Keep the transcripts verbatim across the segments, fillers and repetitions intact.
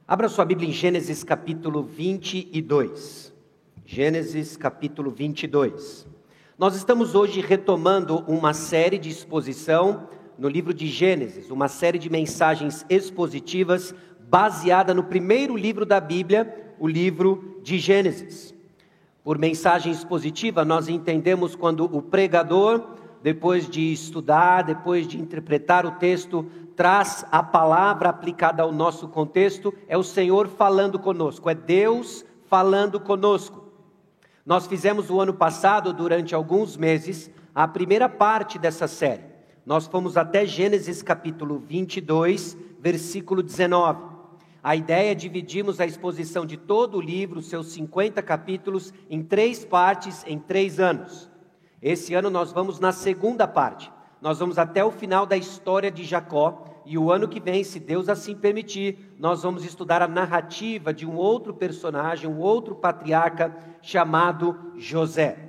Abra sua Bíblia em Gênesis capítulo vinte e dois. Gênesis capítulo vinte e dois. Nós estamos hoje retomando uma série de exposição no livro de Gênesis, uma série de mensagens expositivas baseada no primeiro livro da Bíblia, o livro de Gênesis. Por mensagem expositiva, nós entendemos quando o pregador, depois de estudar, depois de interpretar o texto, traz a palavra aplicada ao nosso contexto, é o Senhor falando conosco, é Deus falando conosco. Nós fizemos o ano passado, durante alguns meses, a primeira parte dessa série. Nós fomos até Gênesis capítulo vinte e dois, versículo dezenove. A ideia é dividirmos a exposição de todo o livro, seus cinquenta capítulos, em três partes, em três anos. Esse ano nós vamos na segunda parte. Nós vamos até o final da história de Jacó. E o ano que vem, se Deus assim permitir, nós vamos estudar a narrativa de um outro personagem, um outro patriarca chamado José.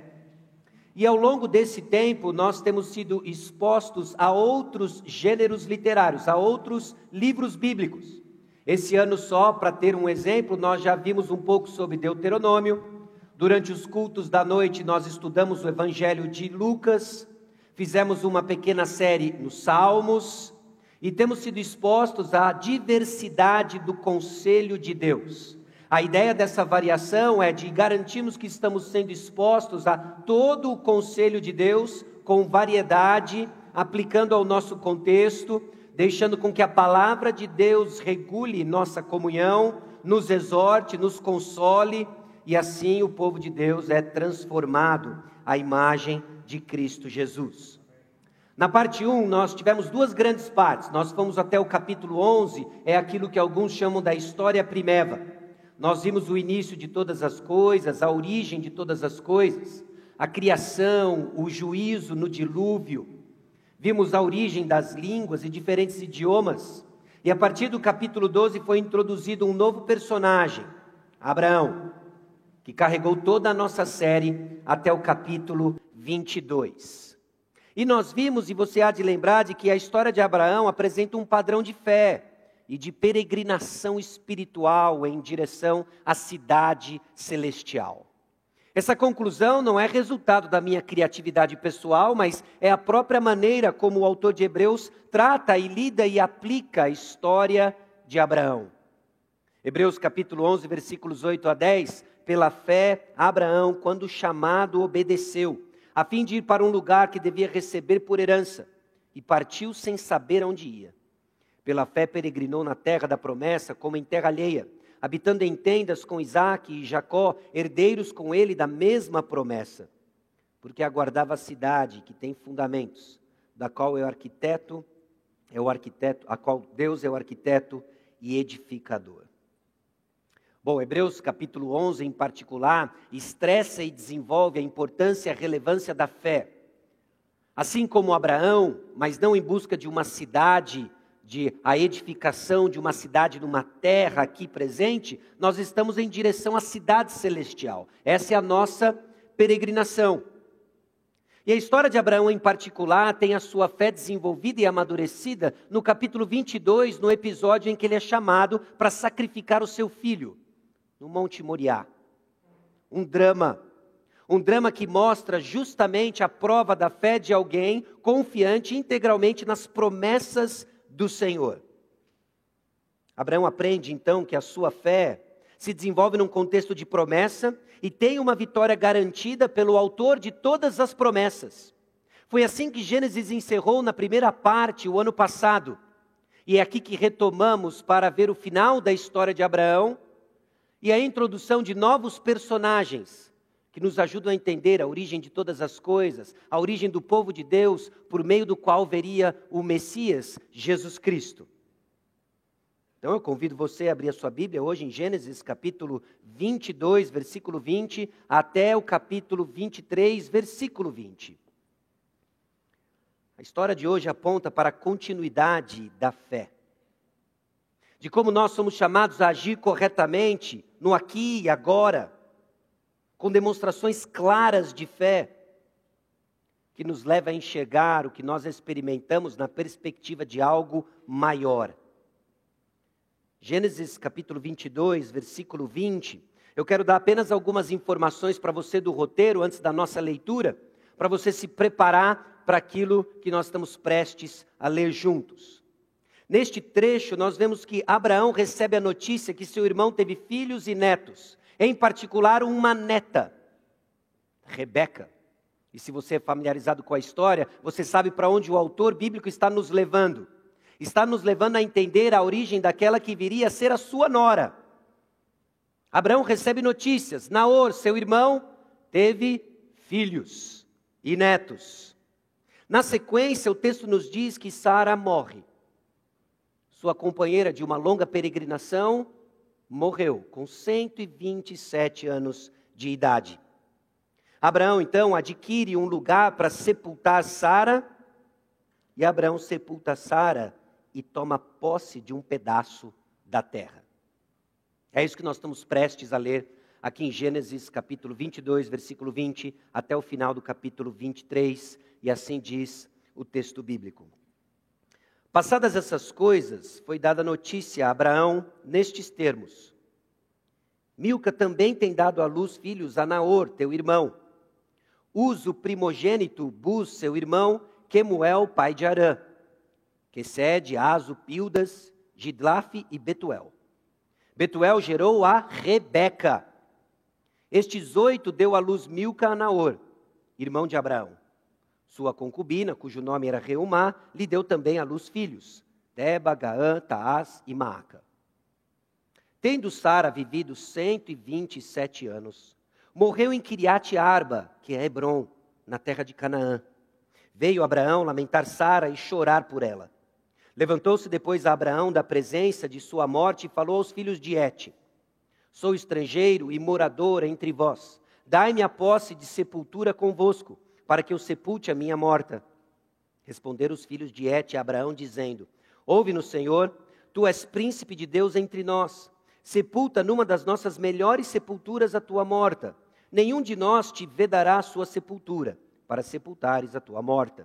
E ao longo desse tempo, nós temos sido expostos a outros gêneros literários, a outros livros bíblicos. Esse ano só, para ter um exemplo, nós já vimos um pouco sobre Deuteronômio. Durante os cultos da noite, nós estudamos o Evangelho de Lucas. Fizemos uma pequena série nos Salmos. E temos sido expostos à diversidade do conselho de Deus. A ideia dessa variação é de garantirmos que estamos sendo expostos a todo o conselho de Deus, com variedade, aplicando ao nosso contexto, deixando com que a palavra de Deus regule nossa comunhão, nos exorte, nos console, e assim o povo de Deus é transformado à imagem de Cristo Jesus. Na parte um, nós tivemos duas grandes partes. Nós fomos até o capítulo onze, é aquilo que alguns chamam da história primeva. Nós vimos o início de todas as coisas, a origem de todas as coisas, a criação, o juízo no dilúvio. Vimos a origem das línguas e diferentes idiomas. E a partir do capítulo doze foi introduzido um novo personagem, Abraão, que carregou toda a nossa série até o capítulo vinte e dois. E nós vimos, e você há de lembrar, de que a história de Abraão apresenta um padrão de fé e de peregrinação espiritual em direção à cidade celestial. Essa conclusão não é resultado da minha criatividade pessoal, mas é a própria maneira como o autor de Hebreus trata e lida e aplica a história de Abraão. Hebreus capítulo onze, versículos oito a dez, pela fé, Abraão, quando chamado, obedeceu, a fim de ir para um lugar que devia receber por herança, e partiu sem saber aonde ia. Pela fé peregrinou na terra da promessa, como em terra alheia, habitando em tendas com Isaque e Jacó, herdeiros com ele da mesma promessa, porque aguardava a cidade que tem fundamentos, da qual é o arquiteto, é o arquiteto, a qual Deus é o arquiteto e edificador. Bom, Hebreus capítulo onze em particular, estressa e desenvolve a importância e a relevância da fé. Assim como Abraão, mas não em busca de uma cidade, de a edificação de uma cidade numa terra aqui presente, nós estamos em direção à cidade celestial. Essa é a nossa peregrinação. E a história de Abraão em particular tem a sua fé desenvolvida e amadurecida no capítulo vinte e dois, no episódio em que ele é chamado para sacrificar o seu filho no Monte Moriá. Um drama, um drama que mostra justamente a prova da fé de alguém confiante integralmente nas promessas do Senhor. Abraão aprende então que a sua fé se desenvolve num contexto de promessa e tem uma vitória garantida pelo autor de todas as promessas. Foi assim que Gênesis encerrou na primeira parte o ano passado. E é aqui que retomamos para ver o final da história de Abraão e a introdução de novos personagens que nos ajudam a entender a origem de todas as coisas, a origem do povo de Deus, por meio do qual veria o Messias, Jesus Cristo. Então eu convido você a abrir a sua Bíblia hoje em Gênesis capítulo vinte e dois, versículo vinte, até o capítulo vinte e três, versículo vinte. A história de hoje aponta para a continuidade da fé. De como nós somos chamados a agir corretamente, no aqui e agora, com demonstrações claras de fé, que nos leva a enxergar o que nós experimentamos na perspectiva de algo maior. Gênesis capítulo vinte e dois, versículo vinte. Eu quero dar apenas algumas informações para você do roteiro antes da nossa leitura, para você se preparar para aquilo que nós estamos prestes a ler juntos. Neste trecho, nós vemos que Abraão recebe a notícia que seu irmão teve filhos e netos, em particular uma neta, Rebeca. E se você é familiarizado com a história, você sabe para onde o autor bíblico está nos levando. Está nos levando a entender a origem daquela que viria a ser a sua nora. Abraão recebe notícias. Naor, seu irmão, teve filhos e netos. Na sequência, o texto nos diz que Sara morre. Sua companheira de uma longa peregrinação morreu com cento e vinte e sete anos de idade. Abraão, então, adquire um lugar para sepultar Sara, e Abraão sepulta Sara e toma posse de um pedaço da terra. É isso que nós estamos prestes a ler aqui em Gênesis capítulo vinte e dois, versículo vinte, até o final do capítulo vinte e três, e assim diz o texto bíblico. Passadas essas coisas, foi dada notícia a Abraão nestes termos: Milca também tem dado à luz filhos a Naor, teu irmão. Usa o primogênito, Buz, seu irmão, Quemuel, pai de Arã, Quesede, Azo, Pildas, Gidlaf e Betuel. Betuel gerou a Rebeca. Estes oito deu à luz Milca a Naor, irmão de Abraão. Sua concubina, cujo nome era Reumá, lhe deu também à luz filhos, Teba, Gaã, Taás e Maaca. Tendo Sara vivido cento e vinte e sete anos, morreu em Quiriate Arba, que é Hebrom, na terra de Canaã. Veio Abraão lamentar Sara e chorar por ela. Levantou-se depois Abraão da presença de sua morte e falou aos filhos de Et: Sou estrangeiro e morador entre vós. Dai-me a posse de sepultura convosco, para que eu sepulte a minha morta. Responderam os filhos de Et a Abraão, dizendo: Ouve-nos, Senhor, tu és príncipe de Deus entre nós. Sepulta numa das nossas melhores sepulturas a tua morta. Nenhum de nós te vedará a sua sepultura, para sepultares a tua morta.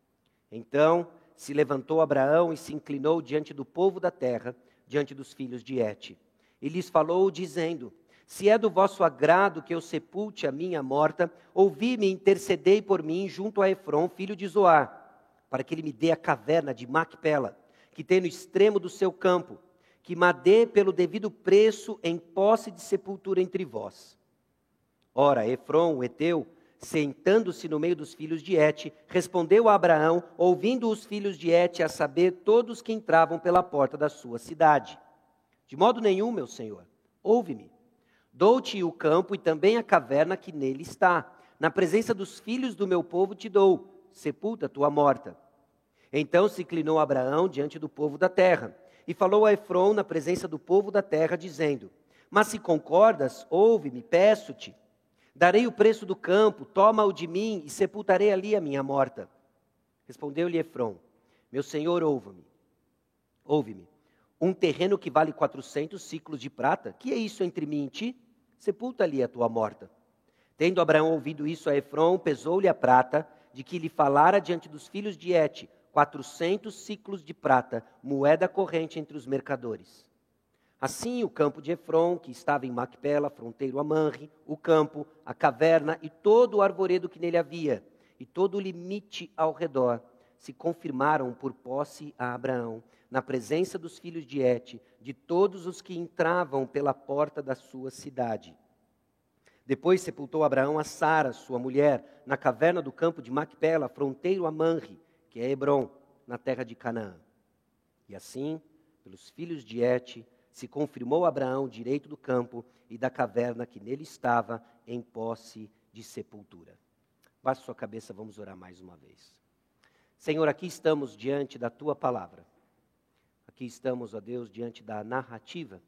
Então se levantou Abraão e se inclinou diante do povo da terra, diante dos filhos de Et. E lhes falou, dizendo: Se é do vosso agrado que eu sepulte a minha morta, ouvi-me e intercedei por mim junto a Efrom, filho de Zoar, para que ele me dê a caverna de Macpela, que tem no extremo do seu campo, que me dê pelo devido preço em posse de sepultura entre vós. Ora, Efrom, o heteu, sentando-se no meio dos filhos de Et, respondeu a Abraão, ouvindo os filhos de Et, a saber, todos que entravam pela porta da sua cidade: De modo nenhum, meu senhor, ouve-me. Dou-te o campo e também a caverna que nele está. Na presença dos filhos do meu povo te dou, sepulta tua morta. Então se inclinou Abraão diante do povo da terra, e falou a Efrom na presença do povo da terra, dizendo: Mas se concordas, ouve-me, peço-te. Darei o preço do campo, toma-o de mim, e sepultarei ali a minha morta. Respondeu-lhe Efrom: Meu senhor, ouve-me. Ouve-me. Um terreno que vale quatrocentos ciclos de prata, que é isso entre mim e ti? Sepulta ali a tua morta. Tendo Abraão ouvido isso a Efrom, pesou-lhe a prata, de que lhe falara diante dos filhos de Et, quatrocentos ciclos de prata, moeda corrente entre os mercadores. Assim o campo de Efrom, que estava em Macpela, fronteiro a Manre, o campo, a caverna e todo o arvoredo que nele havia, e todo o limite ao redor, se confirmaram por posse a Abraão, na presença dos filhos de Et, de todos os que entravam pela porta da sua cidade. Depois sepultou Abraão a Sara, sua mulher, na caverna do campo de Macpela, fronteiro a Manre, que é Hebrom, na terra de Canaã. E assim, pelos filhos de Et, se confirmou Abraão o direito do campo e da caverna que nele estava, em posse de sepultura. Baixe sua cabeça, vamos orar mais uma vez. Senhor, aqui estamos diante da tua palavra. Aqui estamos, ó Deus, diante da narrativa.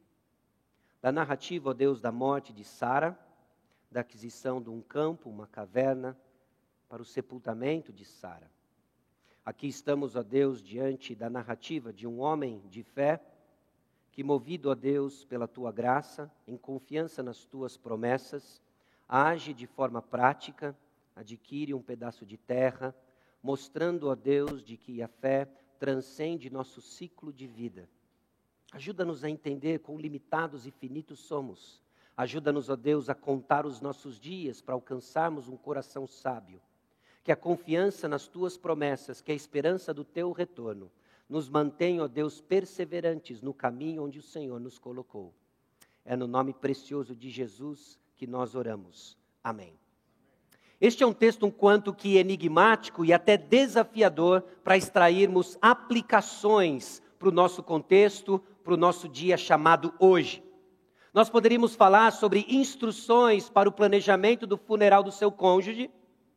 Da narrativa, ó Deus, da morte de Sara, da aquisição de um campo, uma caverna, para o sepultamento de Sara. Aqui estamos, ó Deus, diante da narrativa de um homem de fé, que movido, ó Deus, pela tua graça, em confiança nas tuas promessas, age de forma prática, adquire um pedaço de terra, mostrando, ó Deus, de que a fé transcende nosso ciclo de vida. Ajuda-nos a entender quão limitados e finitos somos. Ajuda-nos, ó Deus, a contar os nossos dias para alcançarmos um coração sábio. Que a confiança nas Tuas promessas, que a esperança do Teu retorno, nos mantenha, ó Deus, perseverantes no caminho onde o Senhor nos colocou. É no nome precioso de Jesus que nós oramos. Amém. Este é um texto um quanto que enigmático e até desafiador para extrairmos aplicações para o nosso contexto, para o nosso dia chamado hoje. Nós poderíamos falar sobre instruções para o planejamento do funeral do seu cônjuge.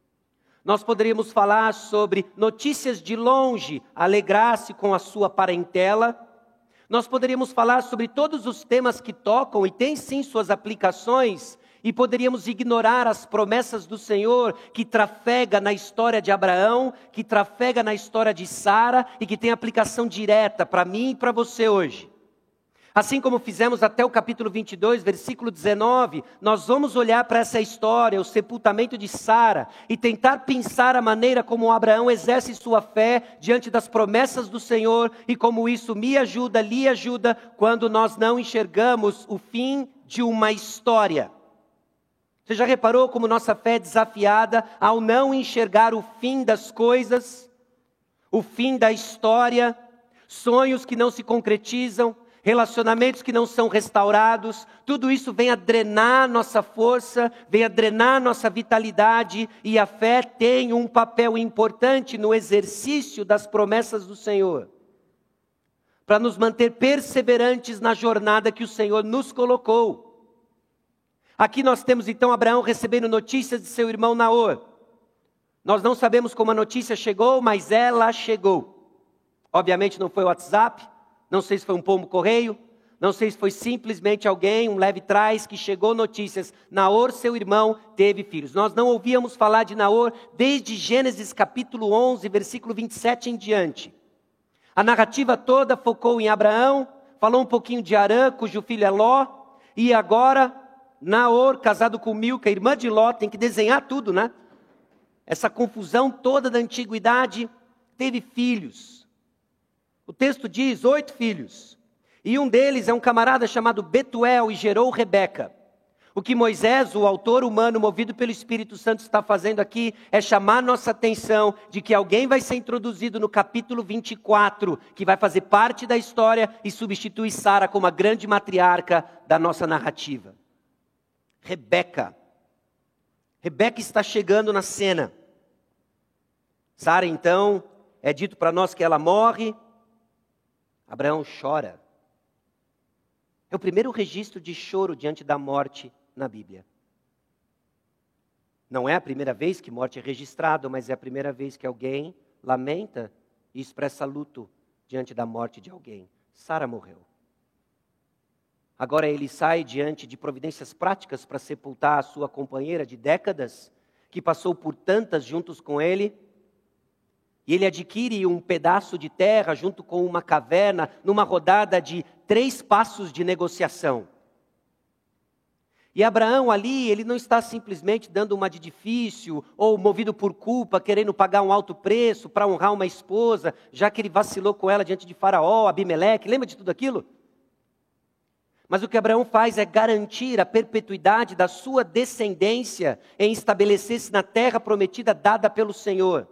Nós poderíamos falar sobre notícias de longe, alegrar-se com a sua parentela. Nós poderíamos falar sobre todos os temas que tocam e têm sim suas aplicações, e poderíamos ignorar as promessas do Senhor que trafega na história de Abraão, que trafega na história de Sara e que tem aplicação direta para mim e para você hoje. Assim como fizemos até o capítulo vinte e dois, versículo dezenove, nós vamos olhar para essa história, o sepultamento de Sara, e tentar pensar a maneira como Abraão exerce sua fé diante das promessas do Senhor e como isso me ajuda, lhe ajuda, quando nós não enxergamos o fim de uma história. Você já reparou como nossa fé é desafiada ao não enxergar o fim das coisas, o fim da história, sonhos que não se concretizam, relacionamentos que não são restaurados, tudo isso vem a drenar nossa força, vem a drenar nossa vitalidade, e a fé tem um papel importante no exercício das promessas do Senhor, para nos manter perseverantes na jornada que o Senhor nos colocou. Aqui nós temos então Abraão recebendo notícias de seu irmão Naor. Nós não sabemos como a notícia chegou, mas ela chegou. Obviamente não foi o WhatsApp, não sei se foi um pombo correio, não sei se foi simplesmente alguém, um leve trás, que chegou notícias. Naor, seu irmão, teve filhos. Nós não ouvíamos falar de Naor desde Gênesis capítulo onze, versículo vinte e sete em diante. A narrativa toda focou em Abraão, falou um pouquinho de Harã, cujo filho é Ló, e agora Naor, casado com Milca, irmã de Ló, tem que desenhar tudo, né? Essa confusão toda da antiguidade, teve filhos. O texto diz oito filhos. E um deles é um camarada chamado Betuel e gerou Rebeca. O que Moisés, o autor humano movido pelo Espírito Santo, está fazendo aqui é chamar nossa atenção de que alguém vai ser introduzido no capítulo vinte e quatro, que vai fazer parte da história e substitui Sara como a grande matriarca da nossa narrativa. Rebeca. Rebeca está chegando na cena. Sara, então, é dito para nós que ela morre. Abraão chora. É o primeiro registro de choro diante da morte na Bíblia. Não é a primeira vez que morte é registrada, mas é a primeira vez que alguém lamenta e expressa luto diante da morte de alguém. Sara morreu. Agora ele sai diante de providências práticas para sepultar a sua companheira de décadas, que passou por tantas juntos com ele. E ele adquire um pedaço de terra junto com uma caverna, numa rodada de três passos de negociação. E Abraão ali, ele não está simplesmente dando uma de difícil, ou movido por culpa, querendo pagar um alto preço para honrar uma esposa, já que ele vacilou com ela diante de Faraó, Abimeleque, lembra de tudo aquilo? Mas o que Abraão faz é garantir a perpetuidade da sua descendência em estabelecer-se na terra prometida dada pelo Senhor.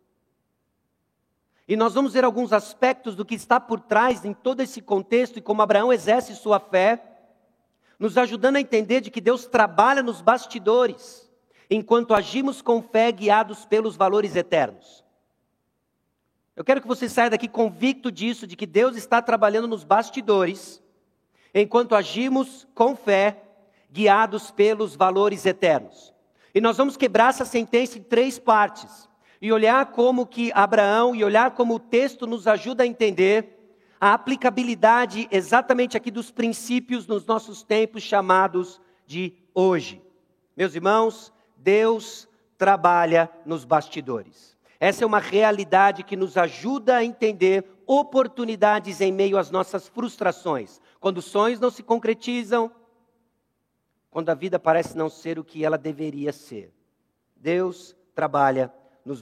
E nós vamos ver alguns aspectos do que está por trás em todo esse contexto e como Abraão exerce sua fé, nos ajudando a entender de que Deus trabalha nos bastidores, enquanto agimos com fé guiados pelos valores eternos. Eu quero que você saia daqui convicto disso, de que Deus está trabalhando nos bastidores, enquanto agimos com fé, guiados pelos valores eternos. E nós vamos quebrar essa sentença em três partes. E olhar como que Abraão, e olhar como o texto nos ajuda a entender a aplicabilidade exatamente aqui dos princípios nos nossos tempos chamados de hoje. Meus irmãos, Deus trabalha nos bastidores. Essa é uma realidade que nos ajuda a entender oportunidades em meio às nossas frustrações. Quando sonhos não se concretizam, quando a vida parece não ser o que ela deveria ser. Deus trabalha nos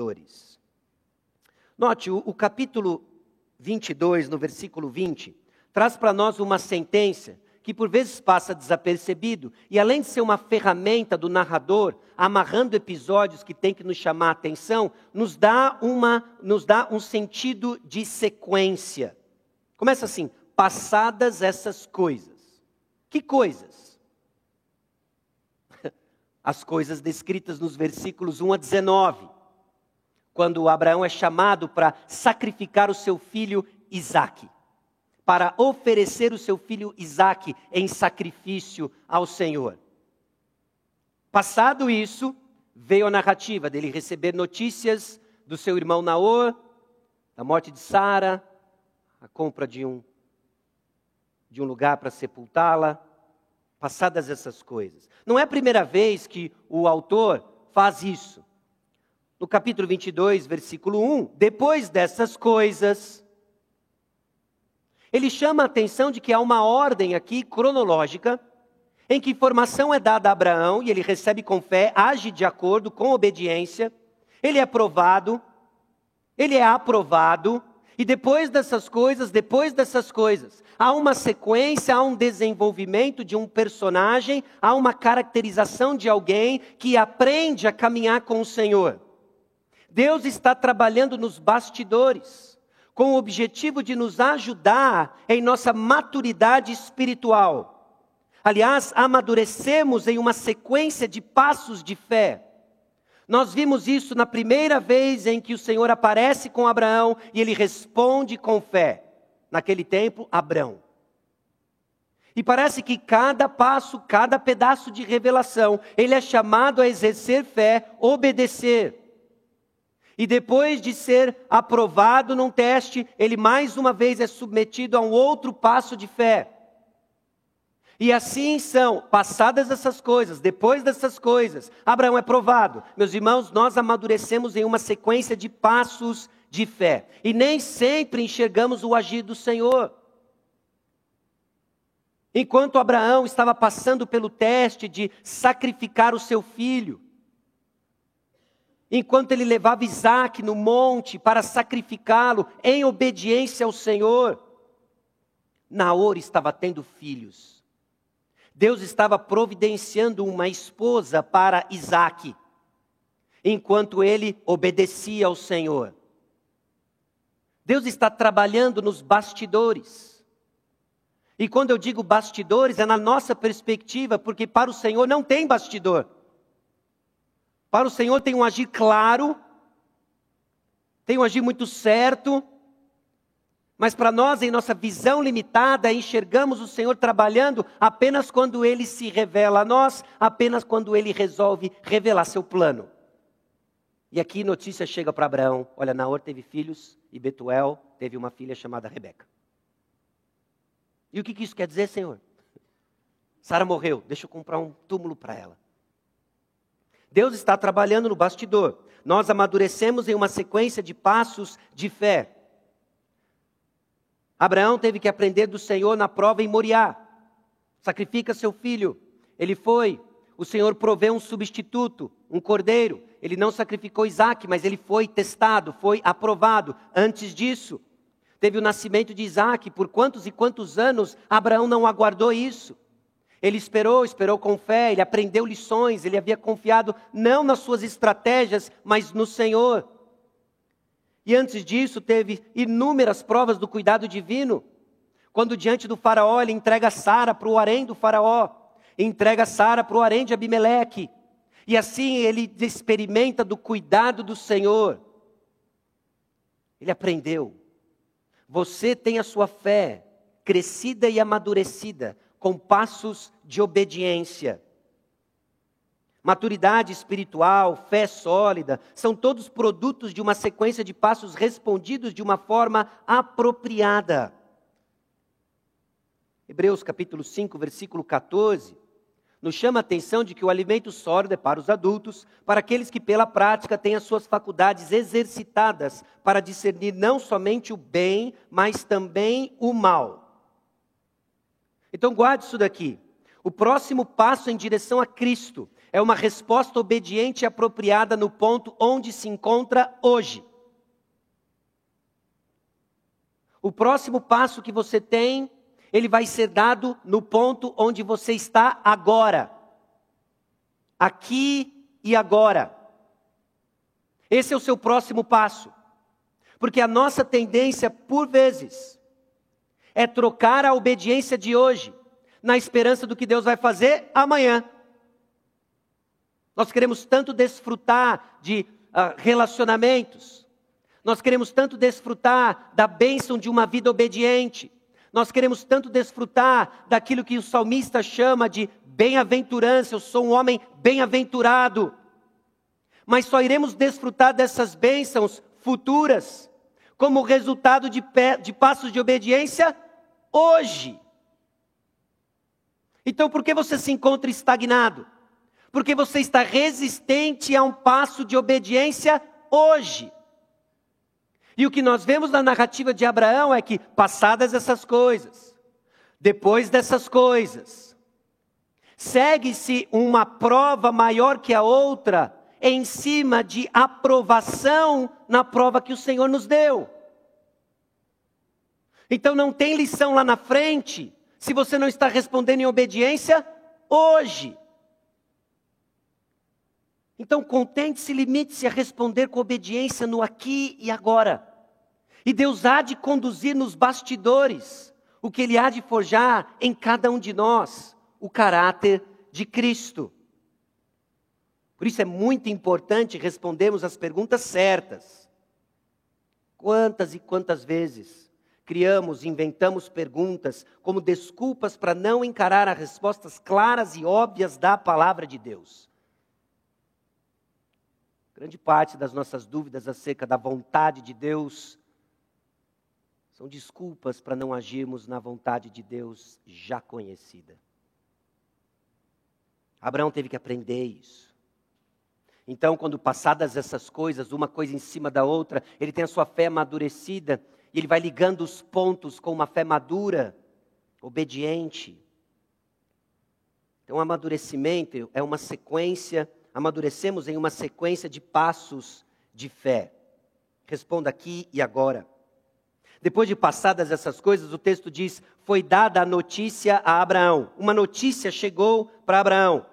bastidores. Note, o, o capítulo vinte e dois, no versículo vinte, traz para nós uma sentença que por vezes passa desapercebido, e além de ser uma ferramenta do narrador, amarrando episódios que tem que nos chamar a atenção, nos dá, uma, nos dá um sentido de sequência. Começa assim: passadas essas coisas. Que coisas? As coisas descritas nos versículos um a dezenove, quando Abraão é chamado para sacrificar o seu filho Isaque, para oferecer o seu filho Isaque em sacrifício ao Senhor. Passado isso, veio a narrativa dele receber notícias do seu irmão Naor, da morte de Sara, a compra de um, de um lugar para sepultá-la. Passadas essas coisas. Não é a primeira vez que o autor faz isso. No capítulo vinte e dois, versículo um, depois dessas coisas, ele chama a atenção de que há uma ordem aqui cronológica, em que informação é dada a Abraão, e ele recebe com fé, age de acordo com obediência, ele é aprovado, ele é aprovado, e depois dessas coisas, depois dessas coisas, há uma sequência, há um desenvolvimento de um personagem, há uma caracterização de alguém que aprende a caminhar com o Senhor. Deus está trabalhando nos bastidores, com o objetivo de nos ajudar em nossa maturidade espiritual. Aliás, amadurecemos em uma sequência de passos de fé. Nós vimos isso na primeira vez em que o Senhor aparece com Abraão e ele responde com fé. Naquele tempo, Abrão. E parece que cada passo, cada pedaço de revelação, ele é chamado a exercer fé, obedecer. E depois de ser aprovado num teste, ele mais uma vez é submetido a um outro passo de fé. E assim são, passadas essas coisas, depois dessas coisas, Abraão é provado. Meus irmãos, nós amadurecemos em uma sequência de passos de fé. E nem sempre enxergamos o agir do Senhor. Enquanto Abraão estava passando pelo teste de sacrificar o seu filho, enquanto ele levava Isaque no monte para sacrificá-lo em obediência ao Senhor, Naor estava tendo filhos. Deus estava providenciando uma esposa para Isaque, enquanto ele obedecia ao Senhor. Deus está trabalhando nos bastidores. E quando eu digo bastidores, é na nossa perspectiva, porque para o Senhor não tem bastidor. Para o Senhor tem um agir claro, tem um agir muito certo, mas para nós, em nossa visão limitada, enxergamos o Senhor trabalhando apenas quando Ele se revela a nós, apenas quando Ele resolve revelar seu plano. E aqui notícia chega para Abraão: olha, Naor teve filhos e Betuel teve uma filha chamada Rebeca. E o que, que isso quer dizer, Senhor? Sara morreu, deixa eu comprar um túmulo para ela. Deus está trabalhando no bastidor. Nós amadurecemos em uma sequência de passos de fé. Abraão teve que aprender do Senhor na prova em Moriá. Sacrifica seu filho. Ele foi. O Senhor proveu um substituto, um cordeiro. Ele não sacrificou Isaque, mas ele foi testado, foi aprovado. Antes disso, teve o nascimento de Isaque. Por quantos e quantos anos Abraão não aguardou isso? Ele esperou, esperou com fé, ele aprendeu lições, ele havia confiado não nas suas estratégias, mas no Senhor. E antes disso teve inúmeras provas do cuidado divino. Quando diante do faraó ele entrega Sara para o harém do faraó, entrega Sara para o harém de Abimeleque. E assim ele experimenta do cuidado do Senhor. Ele aprendeu. Você tem a sua fé crescida e amadurecida com passos de obediência. Maturidade espiritual, fé sólida, são todos produtos de uma sequência de passos respondidos de uma forma apropriada. Hebreus capítulo cinco, versículo quatorze, nos chama a atenção de que o alimento sólido é para os adultos, para aqueles que pela prática têm as suas faculdades exercitadas para discernir não somente o bem, mas também o mal. Então guarde isso daqui. O próximo passo em direção a Cristo é uma resposta obediente e apropriada no ponto onde se encontra hoje. O próximo passo que você tem ele vai ser dado no ponto onde você está agora. Aqui e agora. Esse é o seu próximo passo. Porque a nossa tendência, por vezes, é trocar a obediência de hoje, na esperança do que Deus vai fazer amanhã. Nós queremos tanto desfrutar de uh, relacionamentos. Nós queremos tanto desfrutar da bênção de uma vida obediente. Nós queremos tanto desfrutar daquilo que o salmista chama de bem-aventurança. Eu sou um homem bem-aventurado. Mas só iremos desfrutar dessas bênçãos futuras, como resultado de, pé, de passos de obediência hoje. Então, por que você se encontra estagnado? Porque você está resistente a um passo de obediência hoje. E o que nós vemos na narrativa de Abraão é que, passadas essas coisas, depois dessas coisas, segue-se uma prova maior que a outra, em cima de aprovação na prova que o Senhor nos deu. Então não tem lição lá na frente, se você não está respondendo em obediência hoje. Então contente-se, limite-se a responder com obediência no aqui e agora. E Deus há de conduzir nos bastidores o que Ele há de forjar em cada um de nós, o caráter de Cristo. Por isso é muito importante respondermos as perguntas certas. Quantas e quantas vezes criamos, inventamos perguntas como desculpas para não encarar as respostas claras e óbvias da palavra de Deus. Grande parte das nossas dúvidas acerca da vontade de Deus são desculpas para não agirmos na vontade de Deus já conhecida. Abraão teve que aprender isso. Então, quando passadas essas coisas, uma coisa em cima da outra, ele tem a sua fé amadurecida e ele vai ligando os pontos com uma fé madura, obediente. Então, o amadurecimento é uma sequência, amadurecemos em uma sequência de passos de fé. Responda aqui e agora. Depois de passadas essas coisas, o texto diz, foi dada a notícia a Abraão. Uma notícia chegou para Abraão.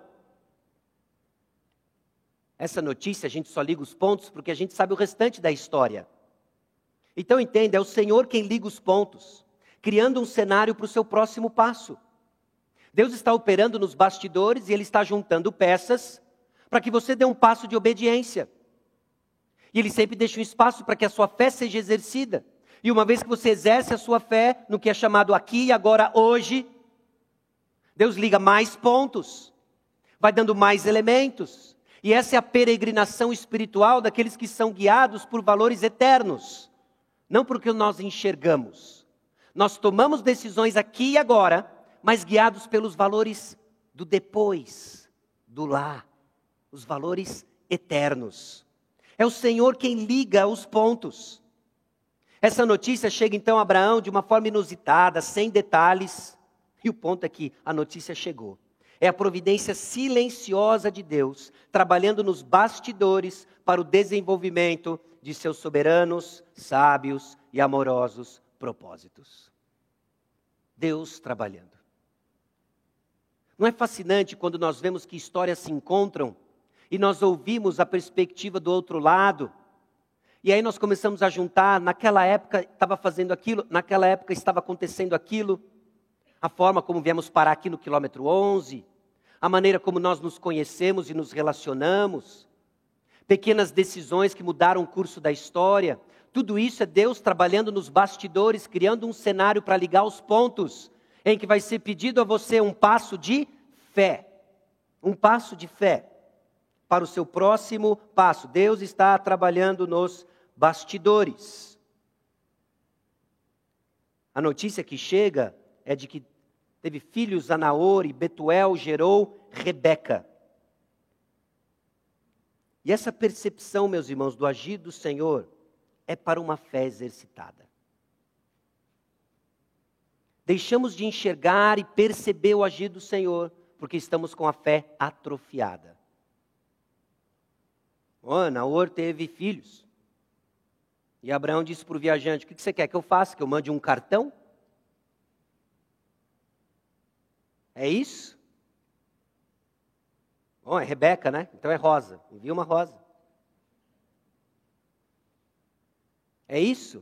Essa notícia, a gente só liga os pontos porque a gente sabe o restante da história. Então entenda, é o Senhor quem liga os pontos, criando um cenário para o seu próximo passo. Deus está operando nos bastidores e Ele está juntando peças para que você dê um passo de obediência. E Ele sempre deixa um espaço para que a sua fé seja exercida. E uma vez que você exerce a sua fé no que é chamado aqui e agora, hoje, Deus liga mais pontos, vai dando mais elementos. E essa é a peregrinação espiritual daqueles que são guiados por valores eternos. Não porque nós enxergamos. Nós tomamos decisões aqui e agora, mas guiados pelos valores do depois, do lá. Os valores eternos. É o Senhor quem liga os pontos. Essa notícia chega então a Abraão de uma forma inusitada, sem detalhes. E o ponto é que a notícia chegou. É a providência silenciosa de Deus, trabalhando nos bastidores para o desenvolvimento de seus soberanos, sábios e amorosos propósitos. Deus trabalhando. Não é fascinante quando nós vemos que histórias se encontram e nós ouvimos a perspectiva do outro lado? E aí nós começamos a juntar, naquela época estava fazendo aquilo, naquela época estava acontecendo aquilo. A forma como viemos parar aqui no quilômetro onze, a maneira como nós nos conhecemos e nos relacionamos, pequenas decisões que mudaram o curso da história, tudo isso é Deus trabalhando nos bastidores, criando um cenário para ligar os pontos, em que vai ser pedido a você um passo de fé, um passo de fé, para o seu próximo passo. Deus está trabalhando nos bastidores. A notícia que chega é de que teve filhos a Naor e Betuel gerou Rebeca. E essa percepção, meus irmãos, do agir do Senhor é para uma fé exercitada. Deixamos de enxergar e perceber o agir do Senhor porque estamos com a fé atrofiada. Oh, Naor teve filhos. E Abraão disse para o viajante, o que você quer que eu faça? Que eu mande um cartão? É isso? Bom, é Rebeca, né? Então é rosa. Envia uma rosa. É isso?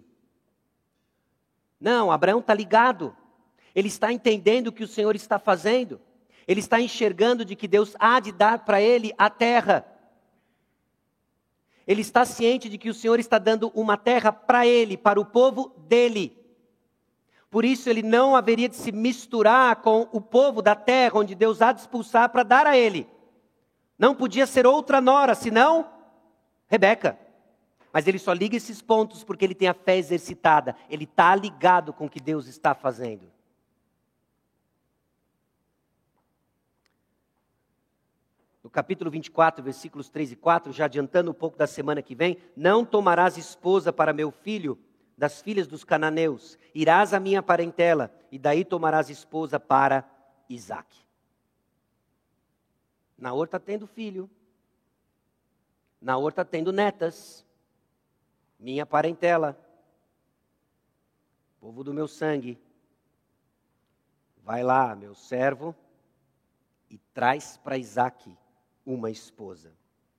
Não, Abraão está ligado. Ele está entendendo o que o Senhor está fazendo. Ele está enxergando de que Deus há de dar para ele a terra. Ele está ciente de que o Senhor está dando uma terra para ele, para o povo dele. Por isso ele não haveria de se misturar com o povo da terra, onde Deus há de expulsar para dar a ele. Não podia ser outra nora, senão Rebeca. Mas ele só liga esses pontos porque ele tem a fé exercitada. Ele está ligado com o que Deus está fazendo. No capítulo vinte e quatro, versículos três e quatro, já adiantando um pouco da semana que vem, não tomarás esposa para meu filho das filhas dos cananeus, irás à minha parentela, e daí tomarás esposa para Isaque. Naor está tendo filho, Naor está tendo netas, minha parentela, povo do meu sangue, vai lá, meu servo, e traz para Isaque uma esposa.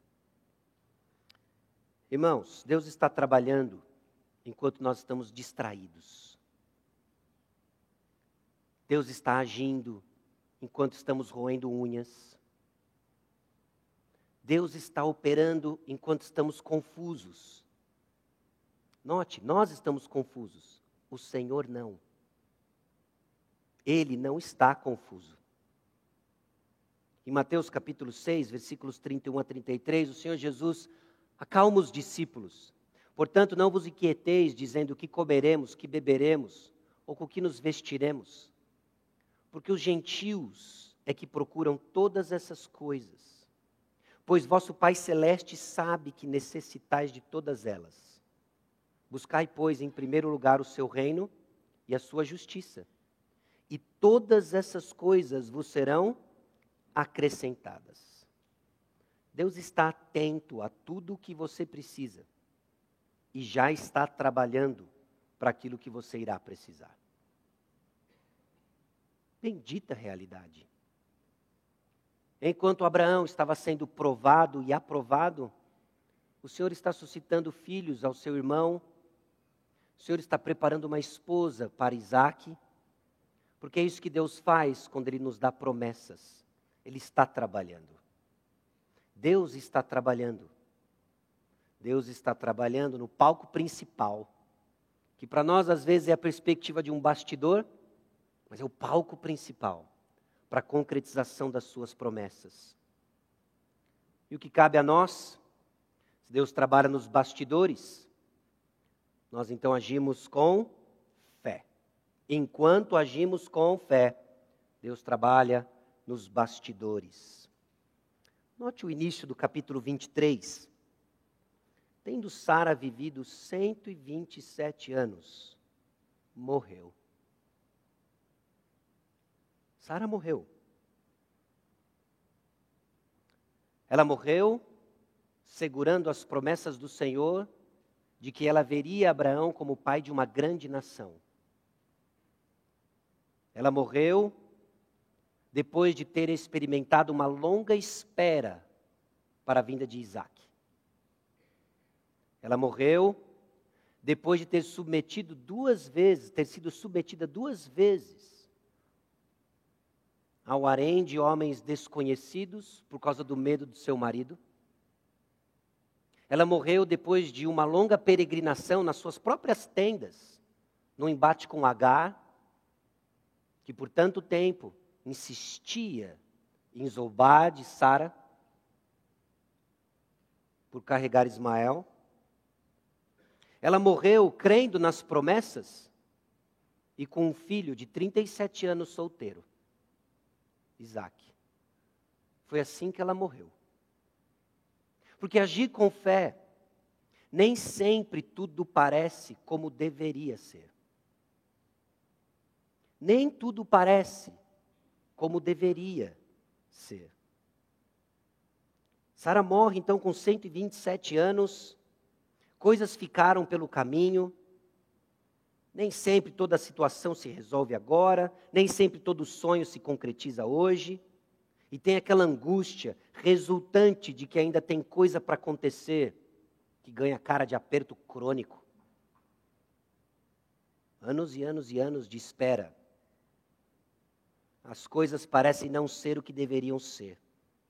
Irmãos, Deus está trabalhando enquanto nós estamos distraídos. Deus está agindo enquanto estamos roendo unhas. Deus está operando enquanto estamos confusos. Note, nós estamos confusos, o Senhor não. Ele não está confuso. Em Mateus capítulo seis, versículos trinta e um a trinta e três, o Senhor Jesus acalma os discípulos. Portanto, não vos inquieteis, dizendo que comeremos, que beberemos, ou com que nos vestiremos. Porque os gentios é que procuram todas essas coisas. Pois vosso Pai Celeste sabe que necessitais de todas elas. Buscai, pois, em primeiro lugar o seu reino e a sua justiça. E todas essas coisas vos serão acrescentadas. Deus está atento a tudo o que você precisa. E já está trabalhando para aquilo que você irá precisar. Bendita realidade. Enquanto Abraão estava sendo provado e aprovado, o Senhor está suscitando filhos ao seu irmão, o Senhor está preparando uma esposa para Isaque, porque é isso que Deus faz quando Ele nos dá promessas. Ele está trabalhando. Deus está trabalhando. Deus está trabalhando no palco principal, que para nós às vezes é a perspectiva de um bastidor, mas é o palco principal para a concretização das suas promessas. E o que cabe a nós, se Deus trabalha nos bastidores, nós então agimos com fé. Enquanto agimos com fé, Deus trabalha nos bastidores. Note o início do capítulo vinte e três. Tendo Sara vivido cento e vinte e sete anos, morreu. Sara morreu. Ela morreu segurando as promessas do Senhor de que ela veria Abraão como pai de uma grande nação. Ela morreu depois de ter experimentado uma longa espera para a vinda de Isaque. Ela morreu depois de ter submetido duas vezes, ter sido submetida duas vezes ao harém de homens desconhecidos por causa do medo do seu marido. Ela morreu depois de uma longa peregrinação nas suas próprias tendas, no embate com Agar, que por tanto tempo insistia em zombar de Sara por carregar Ismael. Ela morreu crendo nas promessas e com um filho de trinta e sete anos solteiro, Isaque. Foi assim que ela morreu. Porque agir com fé, nem sempre tudo parece como deveria ser. Nem tudo parece como deveria ser. Sara morre então com cento e vinte e sete anos, coisas ficaram pelo caminho, Nem sempre toda a situação se resolve agora, nem sempre todo sonho se concretiza hoje. E tem aquela angústia resultante de que ainda tem coisa para acontecer, que ganha cara de aperto crônico. Anos e anos e anos de espera. As coisas parecem não ser o que deveriam ser.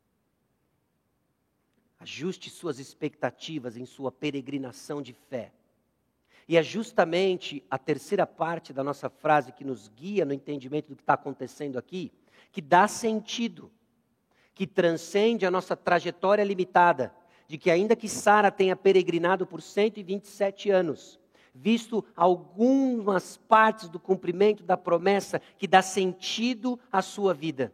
Ajuste suas expectativas em sua peregrinação de fé. E é justamente a terceira parte da nossa frase que nos guia no entendimento do que está acontecendo aqui, que dá sentido, que transcende a nossa trajetória limitada, de que ainda que Sara tenha peregrinado por cento e vinte e sete anos, visto algumas partes do cumprimento da promessa que dá sentido à sua vida.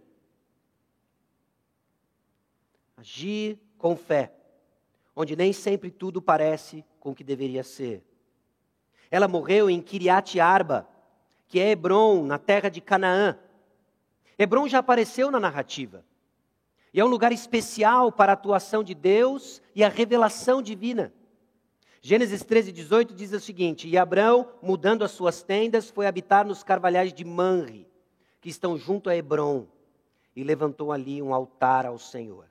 Agir com fé, onde nem sempre tudo parece com o que deveria ser. Ela morreu em Kiriat Arba, que é Hebron, na terra de Canaã. Hebron já apareceu na narrativa. E é um lugar especial para a atuação de Deus e a revelação divina. Gênesis treze, dezoito diz o seguinte: E Abrão, mudando as suas tendas, foi habitar nos carvalhais de Manre, que estão junto a Hebron, e levantou ali um altar ao Senhor.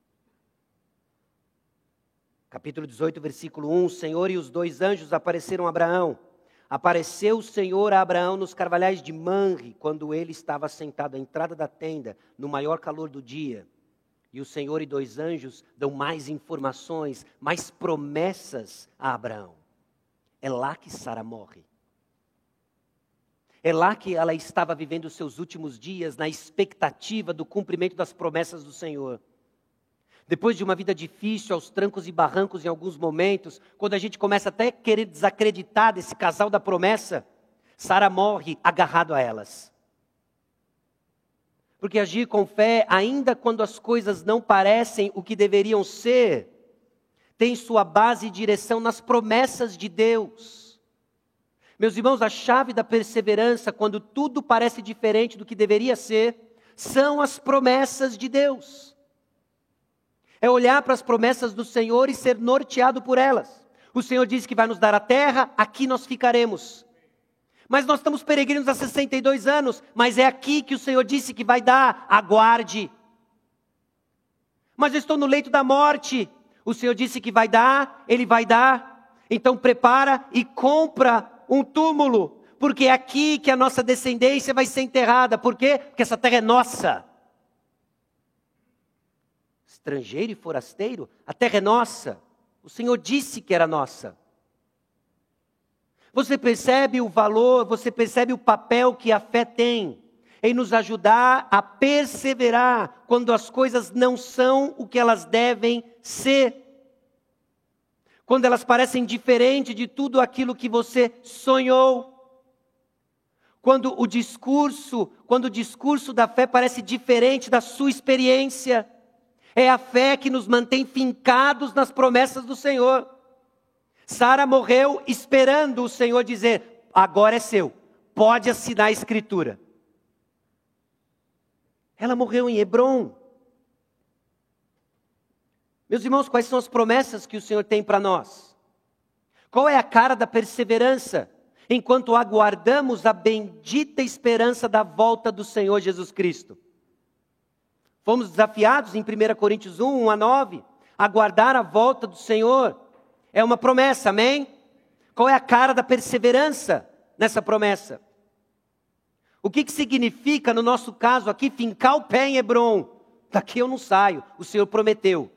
Capítulo dezoito, versículo um, o Senhor e os dois anjos apareceram a Abraão. Apareceu o Senhor a Abraão nos carvalhais de Manre, quando ele estava sentado à entrada da tenda, no maior calor do dia. E o Senhor e dois anjos dão mais informações, mais promessas a Abraão. É lá que Sara morre. É lá que ela estava vivendo os seus últimos dias, na expectativa do cumprimento das promessas do Senhor. Depois de uma vida difícil, aos trancos e barrancos em alguns momentos, quando a gente começa até a querer desacreditar desse casal da promessa, Sara morre agarrado a elas. Porque agir com fé, ainda quando as coisas não parecem o que deveriam ser, tem sua base e direção nas promessas de Deus. Meus irmãos, a chave da perseverança, quando tudo parece diferente do que deveria ser, são as promessas de Deus. É olhar para as promessas do Senhor e ser norteado por elas. O Senhor disse que vai nos dar a terra, aqui nós ficaremos. Mas nós estamos peregrinos há sessenta e dois anos, mas é aqui que o Senhor disse que vai dar, aguarde. Mas eu estou no leito da morte, o Senhor disse que vai dar, Ele vai dar. Então prepara e compra um túmulo, porque é aqui que a nossa descendência vai ser enterrada. Por quê? Porque essa terra é nossa. Estrangeiro e forasteiro, a terra é nossa. O Senhor disse que era nossa. Você percebe o valor, você percebe o papel que a fé tem em nos ajudar a perseverar quando as coisas não são o que elas devem ser. Quando elas parecem diferentes de tudo aquilo que você sonhou. Quando o discurso, quando o discurso da fé parece diferente da sua experiência. É a fé que nos mantém fincados nas promessas do Senhor. Sara morreu esperando o Senhor dizer, agora é seu, pode assinar a escritura. Ela morreu em Hebron. Meus irmãos, quais são as promessas que o Senhor tem para nós? Qual é a cara da perseverança, enquanto aguardamos a bendita esperança da volta do Senhor Jesus Cristo? Fomos desafiados em primeira Coríntios um, um a nove, a aguardar a volta do Senhor. É uma promessa, amém? Qual é a cara da perseverança nessa promessa? O que, que significa, no nosso caso aqui, fincar o pé em Hebron? Daqui eu não saio, o Senhor prometeu.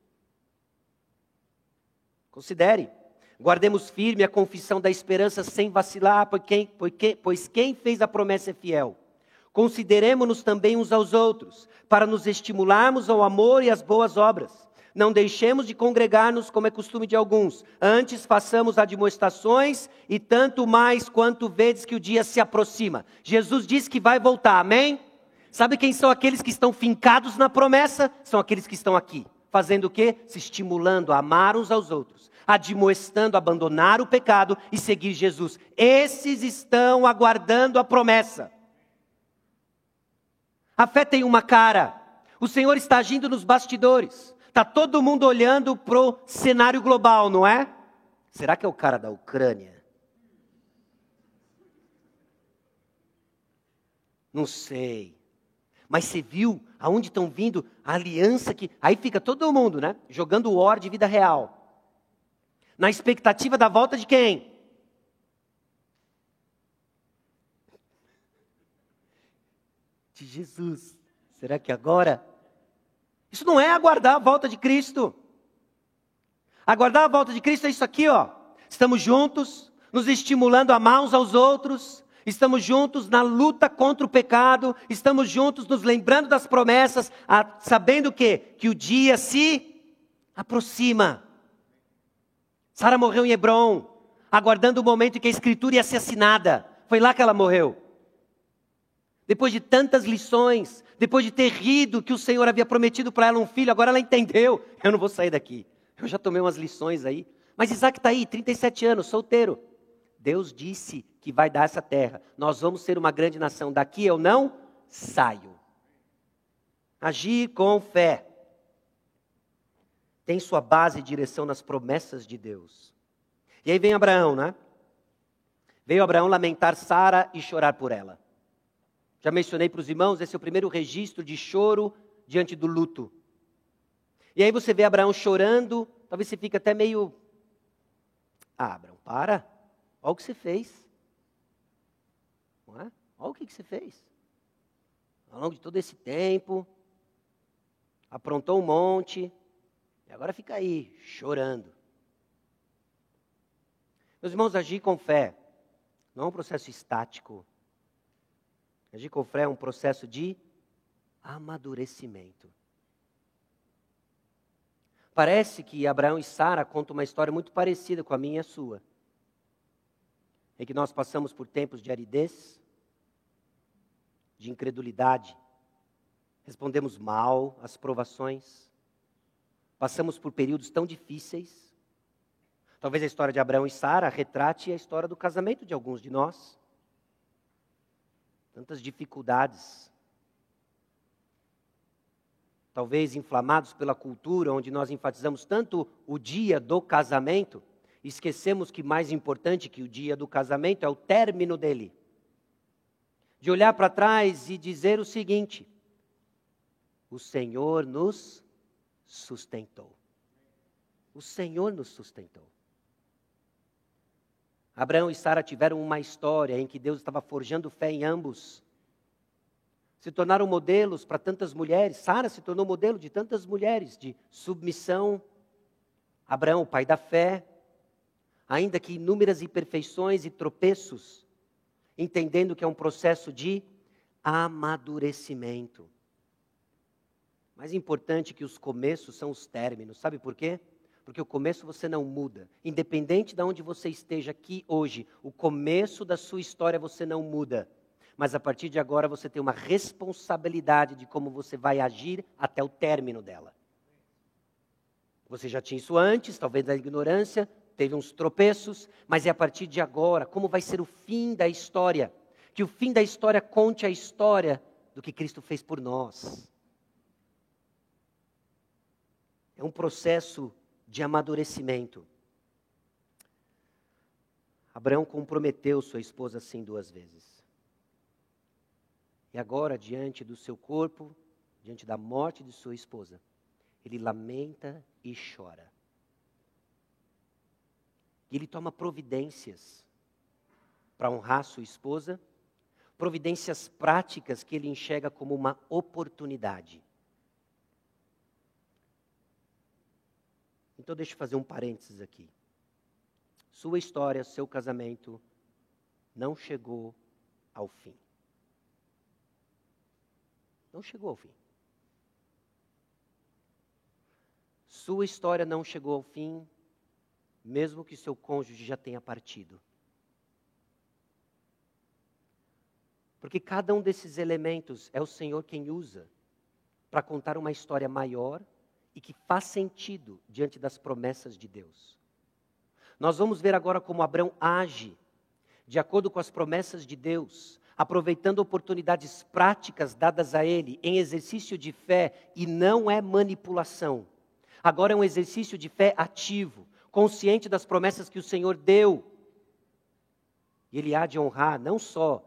Considere, guardemos firme a confissão da esperança sem vacilar, pois quem, porque, pois quem fez a promessa é fiel. Consideremo-nos também uns aos outros, para nos estimularmos ao amor e às boas obras. Não deixemos de congregar-nos como é costume de alguns. Antes façamos admoestações e tanto mais quanto vedes que o dia se aproxima. Jesus disse que vai voltar, amém? Sabe quem são aqueles que estão fincados na promessa? São aqueles que estão aqui. Fazendo o quê? Se estimulando a amar uns aos outros. Admoestando a abandonar o pecado e seguir Jesus. Esses estão aguardando a promessa. A fé tem uma cara. O Senhor está agindo nos bastidores. Está todo mundo olhando para o cenário global, não é? Será que é o cara da Ucrânia? Não sei. Mas você viu aonde estão vindo a aliança que... Aí fica todo mundo, né? Jogando o War de vida real. Na expectativa da volta de quem? De Jesus. Será que agora? Isso não é aguardar a volta de Cristo. Aguardar a volta de Cristo é isso aqui, ó. Estamos juntos, nos estimulando a amar uns aos outros. Estamos juntos na luta contra o pecado. Estamos juntos nos lembrando das promessas, a, sabendo que, que o dia se aproxima. Sara morreu em Hebrom, aguardando o momento em que a escritura ia ser assinada. Foi lá que ela morreu. Depois de tantas lições, depois de ter rido que o Senhor havia prometido para ela um filho, agora ela entendeu. Eu não vou sair daqui. Eu já tomei umas lições aí. Mas Isaac está aí, trinta e sete anos, solteiro. Deus disse que vai dar essa terra. Nós vamos ser uma grande nação. Daqui eu não saio. Agir com fé. Tem sua base e direção nas promessas de Deus. E aí vem Abraão, né? Veio Abraão lamentar Sara e chorar por ela. Já mencionei para os irmãos, esse é o primeiro registro de choro diante do luto. E aí você vê Abraão chorando, talvez você fique até meio... Ah, Abraão, para. Olha o que você fez. Não é? Olha o que você fez. Ao longo de todo esse tempo, aprontou um monte, e agora fica aí, chorando. Meus irmãos, agir com fé não é um processo estático. Agir com fé é um processo de amadurecimento. Parece que Abraão e Sara contam uma história muito parecida com a minha e a sua. É que nós passamos por tempos de aridez, de incredulidade, respondemos mal às provações, passamos por períodos tão difíceis. Talvez a história de Abraão e Sara retrate a história do casamento de alguns de nós. Tantas dificuldades. Talvez inflamados pela cultura, onde nós enfatizamos tanto o dia do casamento, esquecemos que mais importante que o dia do casamento é o término dele. De olhar para trás e dizer o seguinte: o Senhor nos sustentou. O Senhor nos sustentou. Abraão e Sara tiveram uma história em que Deus estava forjando fé em ambos. Se tornaram modelos para tantas mulheres. Sara se tornou modelo de tantas mulheres, de submissão. Abraão, o pai da fé. Ainda que inúmeras imperfeições e tropeços, entendendo que é um processo de amadurecimento. Mais importante que os começos são os términos. Sabe por quê? Porque o começo você não muda. Independente de onde você esteja aqui hoje, o começo da sua história você não muda. Mas a partir de agora você tem uma responsabilidade de como você vai agir até o término dela. Você já tinha isso antes, talvez da ignorância, teve uns tropeços, mas é a partir de agora, como vai ser o fim da história? Que o fim da história conte a história do que Cristo fez por nós. É um processo de amadurecimento. Abraão comprometeu sua esposa assim duas vezes. E agora, diante do seu corpo, diante da morte de sua esposa, ele lamenta e chora. E ele toma providências para honrar sua esposa, providências práticas que ele enxerga como uma oportunidade. Então deixa eu fazer um parênteses aqui. Sua história, seu casamento, não chegou ao fim. Não chegou ao fim. Sua história não chegou ao fim, mesmo que seu cônjuge já tenha partido. Porque cada um desses elementos é o Senhor quem usa para contar uma história maior e que faz sentido diante das promessas de Deus. Nós vamos ver agora como Abraão age de acordo com as promessas de Deus, aproveitando oportunidades práticas dadas a ele em exercício de fé, e não é manipulação. Agora é um exercício de fé ativo, consciente das promessas que o Senhor deu. E ele há de honrar não só a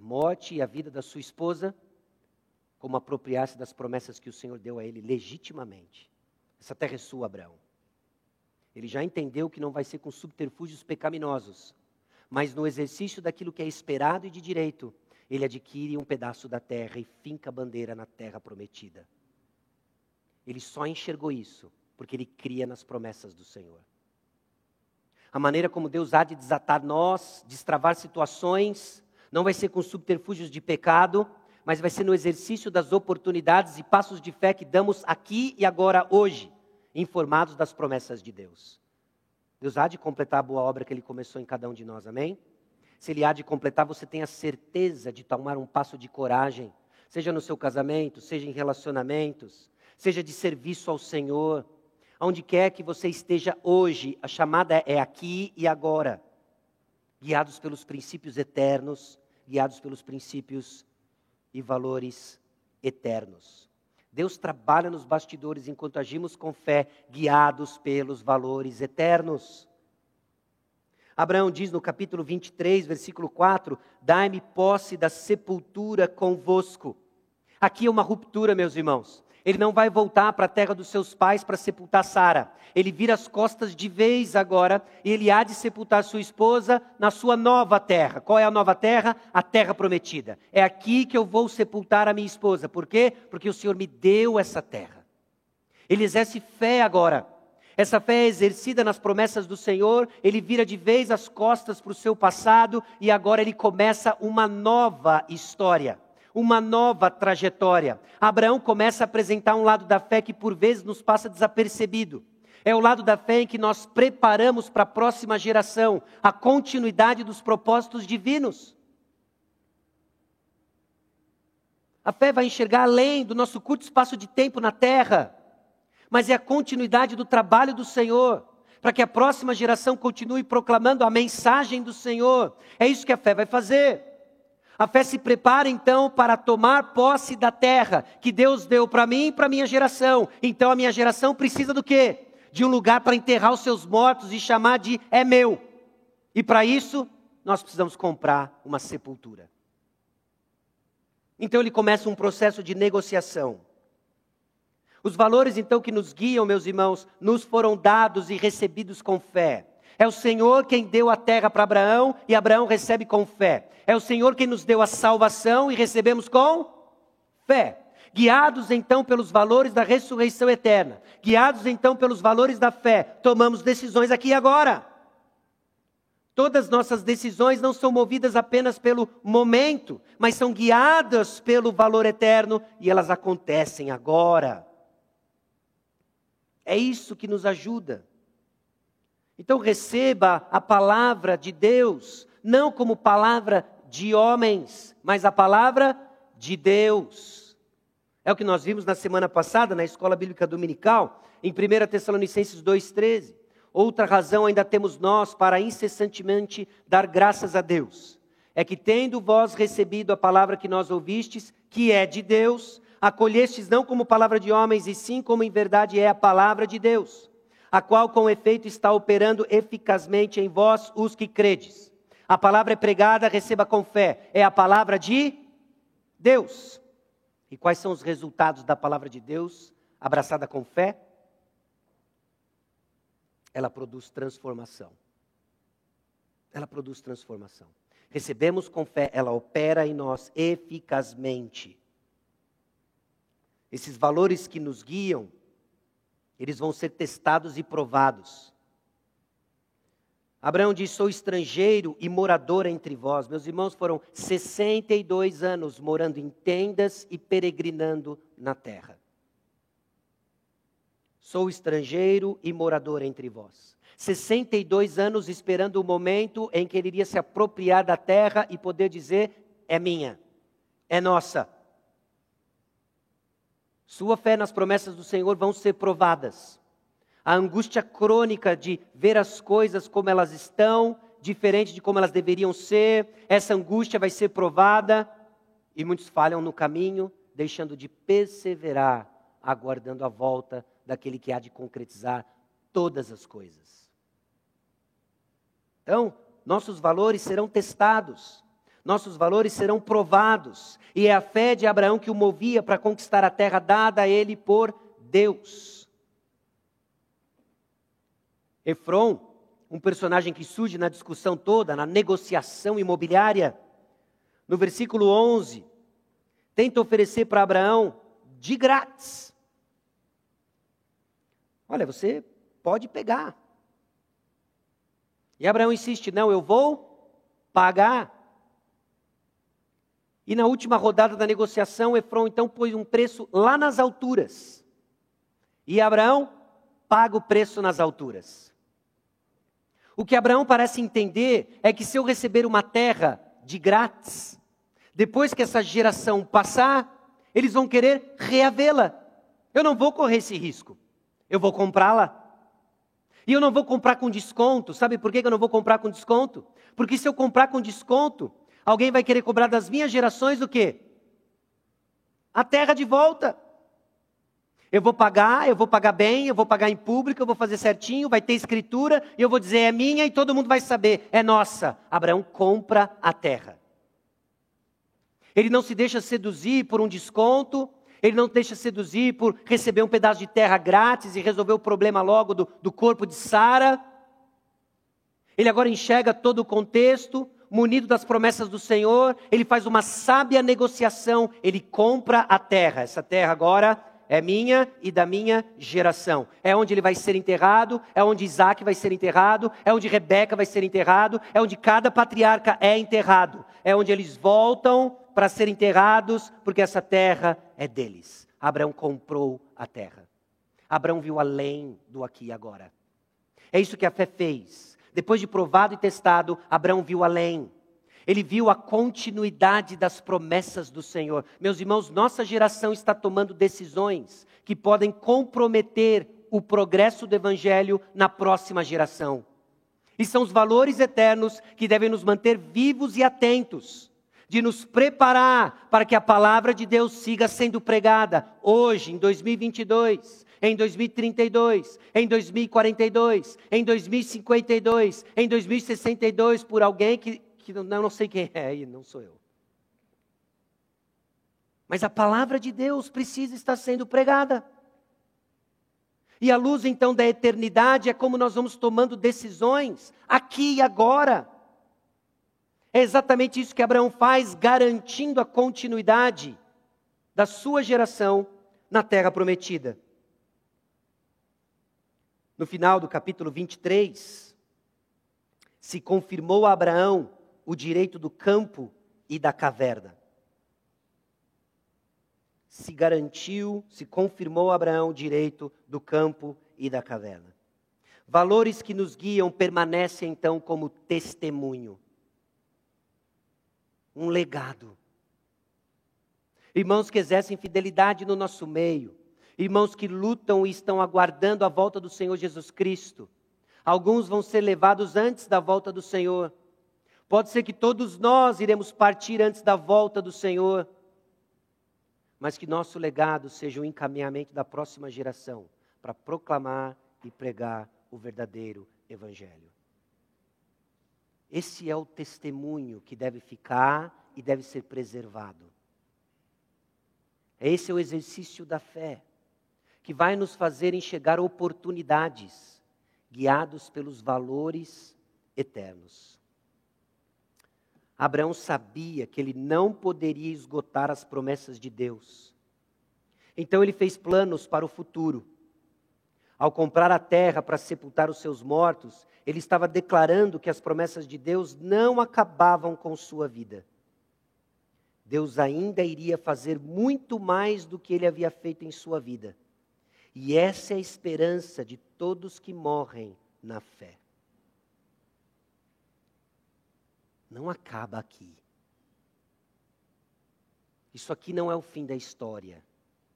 morte e a vida da sua esposa, como apropriar-se das promessas que o Senhor deu a ele legitimamente. Essa terra é sua, Abraão. Ele já entendeu que não vai ser com subterfúgios pecaminosos, mas no exercício daquilo que é esperado e de direito, ele adquire um pedaço da terra e finca a bandeira na terra prometida. Ele só enxergou isso porque ele cria nas promessas do Senhor. A maneira como Deus há de desatar nós, destravar situações, não vai ser com subterfúgios de pecado, mas vai ser no exercício das oportunidades e passos de fé que damos aqui e agora, hoje, informados das promessas de Deus. Deus há de completar a boa obra que Ele começou em cada um de nós, amém? Se Ele há de completar, você tem a certeza de tomar um passo de coragem, seja no seu casamento, seja em relacionamentos, seja de serviço ao Senhor, aonde quer que você esteja hoje, a chamada é aqui e agora, guiados pelos princípios eternos, guiados pelos princípios e valores eternos. Deus trabalha nos bastidores enquanto agimos com fé, guiados pelos valores eternos. Abraão diz no capítulo vinte e três, versículo quatro, dai-me posse da sepultura convosco. Aqui é uma ruptura, meus irmãos. Ele não vai voltar para a terra dos seus pais para sepultar Sara. Ele vira as costas de vez agora e ele há de sepultar sua esposa na sua nova terra. Qual é a nova terra? A terra prometida. É aqui que eu vou sepultar a minha esposa. Por quê? Porque o Senhor me deu essa terra. Ele exerce fé agora. Essa fé é exercida nas promessas do Senhor. Ele vira de vez as costas para o seu passado e agora ele começa uma nova história. Uma nova trajetória. Abraão começa a apresentar um lado da fé que por vezes nos passa desapercebido. É o lado da fé em que nós preparamos para a próxima geração a continuidade dos propósitos divinos. A fé vai enxergar além do nosso curto espaço de tempo na terra, mas é a continuidade do trabalho do Senhor, para que a próxima geração continue proclamando a mensagem do Senhor. É isso que a fé vai fazer. A fé se prepara então para tomar posse da terra que Deus deu para mim e para a minha geração. Então a minha geração precisa do quê? De um lugar para enterrar os seus mortos e chamar de é meu. E para isso nós precisamos comprar uma sepultura. Então ele começa um processo de negociação. Os valores então que nos guiam, meus irmãos, nos foram dados e recebidos com fé. É o Senhor quem deu a terra para Abraão e Abraão recebe com fé. É o Senhor quem nos deu a salvação e recebemos com fé. Guiados então pelos valores da ressurreição eterna, guiados então pelos valores da fé, tomamos decisões aqui e agora. Todas nossas decisões não são movidas apenas pelo momento, mas são guiadas pelo valor eterno e elas acontecem agora. É isso que nos ajuda. Então receba a palavra de Deus, não como palavra de homens, mas a palavra de Deus. É o que nós vimos na semana passada, na Escola Bíblica Dominical, em primeira Tessalonicenses dois, treze. Outra razão ainda temos nós para incessantemente dar graças a Deus. É que tendo vós recebido a palavra que nós ouvistes, que é de Deus, acolhestes não como palavra de homens, e sim como em verdade é a palavra de Deus, a qual com efeito está operando eficazmente em vós os que credes. A palavra é pregada, receba com fé. É a palavra de Deus. E quais são os resultados da palavra de Deus abraçada com fé? Ela produz transformação. Ela produz transformação. Recebemos com fé, ela opera em nós eficazmente. Esses valores que nos guiam, eles vão ser testados e provados. Abraão diz, sou estrangeiro e morador entre vós. Meus irmãos, foram sessenta e dois anos morando em tendas e peregrinando na terra. Sou estrangeiro e morador entre vós. sessenta e dois anos esperando o momento em que ele iria se apropriar da terra e poder dizer, é minha, é nossa. Sua fé nas promessas do Senhor vão ser provadas. A angústia crônica de ver as coisas como elas estão, diferente de como elas deveriam ser, essa angústia vai ser provada e muitos falham no caminho, deixando de perseverar, aguardando a volta daquele que há de concretizar todas as coisas. Então, nossos valores serão testados. Nossos valores serão provados. E é a fé de Abraão que o movia para conquistar a terra dada a ele por Deus. Efron, um personagem que surge na discussão toda, na negociação imobiliária, no versículo onze, tenta oferecer para Abraão de grátis. Olha, você pode pegar. E Abraão insiste, não, eu vou pagar. E na última rodada da negociação, Efron então pôs um preço lá nas alturas. E Abraão paga o preço nas alturas. O que Abraão parece entender é que se eu receber uma terra de grátis, depois que essa geração passar, eles vão querer reavê-la. Eu não vou correr esse risco. Eu vou comprá-la. E eu não vou comprar com desconto. Sabe por que eu não vou comprar com desconto? Porque se eu comprar com desconto, alguém vai querer cobrar das minhas gerações o quê? A terra de volta. Eu vou pagar, eu vou pagar bem, eu vou pagar em público, eu vou fazer certinho, vai ter escritura, e eu vou dizer é minha e todo mundo vai saber, é nossa. Abraão compra a terra. Ele não se deixa seduzir por um desconto, ele não se deixa seduzir por receber um pedaço de terra grátis e resolver o problema logo do, do corpo de Sara. Ele agora enxerga todo o contexto, munido das promessas do Senhor, ele faz uma sábia negociação, ele compra a terra. Essa terra agora é minha e da minha geração. É onde ele vai ser enterrado, é onde Isaac vai ser enterrado, é onde Rebeca vai ser enterrado, é onde cada patriarca é enterrado. É onde eles voltam para serem enterrados, porque essa terra é deles. Abraão comprou a terra. Abraão viu além do aqui e agora. É isso que a fé fez. Depois de provado e testado, Abraão viu além. Ele viu a continuidade das promessas do Senhor. Meus irmãos, nossa geração está tomando decisões que podem comprometer o progresso do Evangelho na próxima geração. E são os valores eternos que devem nos manter vivos e atentos, de nos preparar para que a palavra de Deus siga sendo pregada hoje, em dois mil e vinte e dois, em dois mil e trinta e dois, em dois mil e quarenta e dois, em dois mil e cinquenta e dois, em dois mil e sessenta e dois, por alguém que... que não, não sei quem é, e não sou eu. Mas a palavra de Deus precisa estar sendo pregada. E a luz então da eternidade é como nós vamos tomando decisões aqui e agora. É exatamente isso que Abraão faz, garantindo a continuidade da sua geração na terra prometida. No final do capítulo vinte e três, se confirmou a Abraão o direito do campo e da caverna. Se garantiu, se confirmou a Abraão o direito do campo e da caverna. Valores que nos guiam permanecem então como testemunho. Um legado. Irmãos que exercem fidelidade no nosso meio. Irmãos que lutam e estão aguardando a volta do Senhor Jesus Cristo. Alguns vão ser levados antes da volta do Senhor. Pode ser que todos nós iremos partir antes da volta do Senhor, mas que nosso legado seja o encaminhamento da próxima geração para proclamar e pregar o verdadeiro Evangelho. Esse é o testemunho que deve ficar e deve ser preservado. Esse é o exercício da fé, que vai nos fazer enxergar oportunidades, guiados pelos valores eternos. Abraão sabia que ele não poderia esgotar as promessas de Deus. Então ele fez planos para o futuro. Ao comprar a terra para sepultar os seus mortos, ele estava declarando que as promessas de Deus não acabavam com sua vida. Deus ainda iria fazer muito mais do que ele havia feito em sua vida. E essa é a esperança de todos que morrem na fé. Não acaba aqui. Isso aqui não é o fim da história.